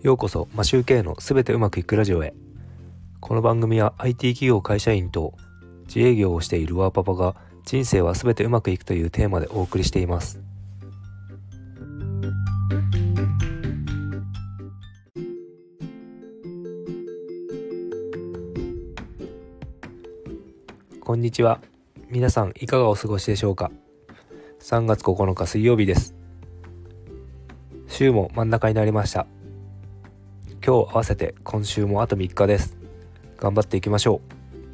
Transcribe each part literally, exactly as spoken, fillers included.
ようこそマシューケーのすべてうまくいくラジオへ。この番組は アイティー 企業会社員と自営業をしているワーパパが人生はすべてうまくいくというテーマでお送りしています。こんにちは。皆さんいかがお過ごしでしょうか。さんがつここのか水曜日です。週も真ん中になりました。今日合わせて今週もあとみっかです。頑張っていきましょ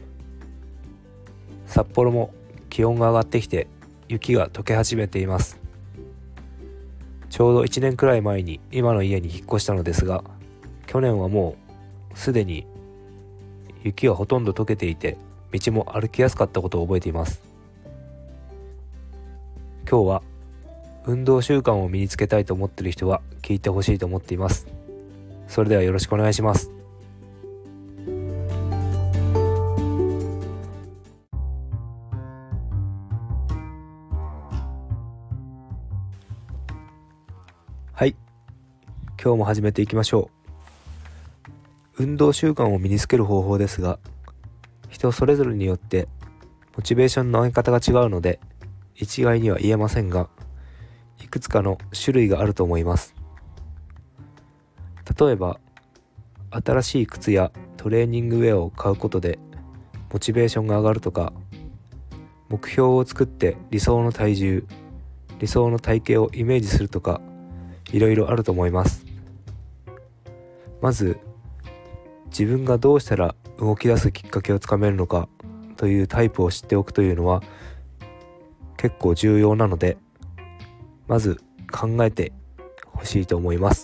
う。札幌も気温が上がってきて雪が溶け始めています。ちょうどいちねんくらい前に今の家に引っ越したのですが、去年はもうすでに雪はほとんど溶けていて道も歩きやすかったことを覚えています。今日は運動習慣を身につけたいと思っている人は聞いてほしいと思っています。それではよろしくお願いします。はい、今日も始めていきましょう。運動習慣を身につける方法ですが、人それぞれによってモチベーションの上げ方が違うので一概には言えませんが、いくつかの種類があると思います。例えば新しい靴やトレーニングウェアを買うことでモチベーションが上がるとか、目標を作って理想の体重、理想の体型をイメージするとか、いろいろあると思います。まず自分がどうしたら動き出すきっかけをつかめるのかというタイプを知っておくというのは結構重要なので、まず考えてほしいと思います。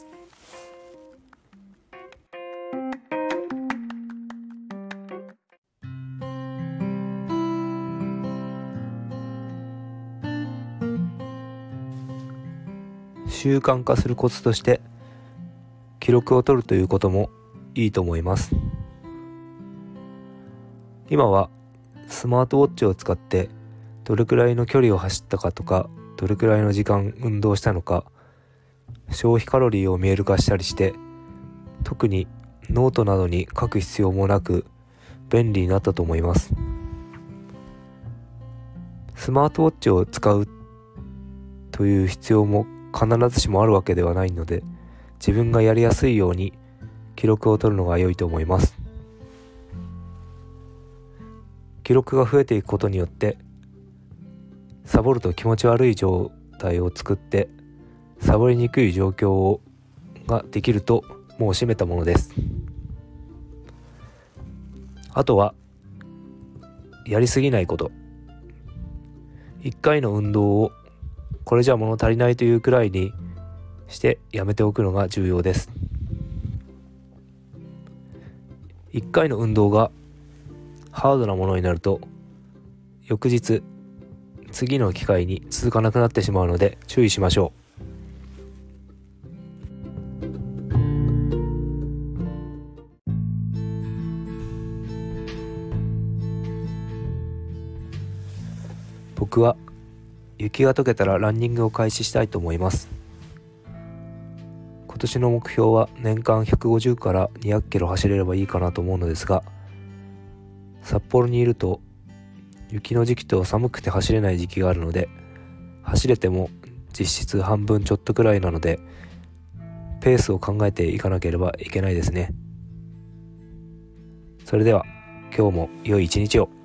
習慣化するコツとして記録を取るということもいいと思います。今はスマートウォッチを使ってどれくらいの距離を走ったかとか、どれくらいの時間運動したのか、消費カロリーを見える化したりして、特にノートなどに書く必要もなく便利になったと思います。スマートウォッチを使うという必要も必ずしもあるわけではないので、自分がやりやすいように記録を取るのが良いと思います。記録が増えていくことによってサボると気持ち悪い状態を作ってサボりにくい状況をができるともう締めたものです。あとはやりすぎないこと。いっかいの運動をこれじゃ物足りないというくらいにしてやめておくのが重要です。いっかいの運動がハードなものになると翌日次の機会に続かなくなってしまうので注意しましょう。僕は雪が溶けたらランニングを開始したいと思います。今年の目標は年間ひゃくごじゅうからにひゃくキロ走れればいいかなと思うのですが、札幌にいると雪の時期と寒くて走れない時期があるので、走れても実質半分ちょっとくらいなのでペースを考えていかなければいけないですね。それでは今日も良い一日を。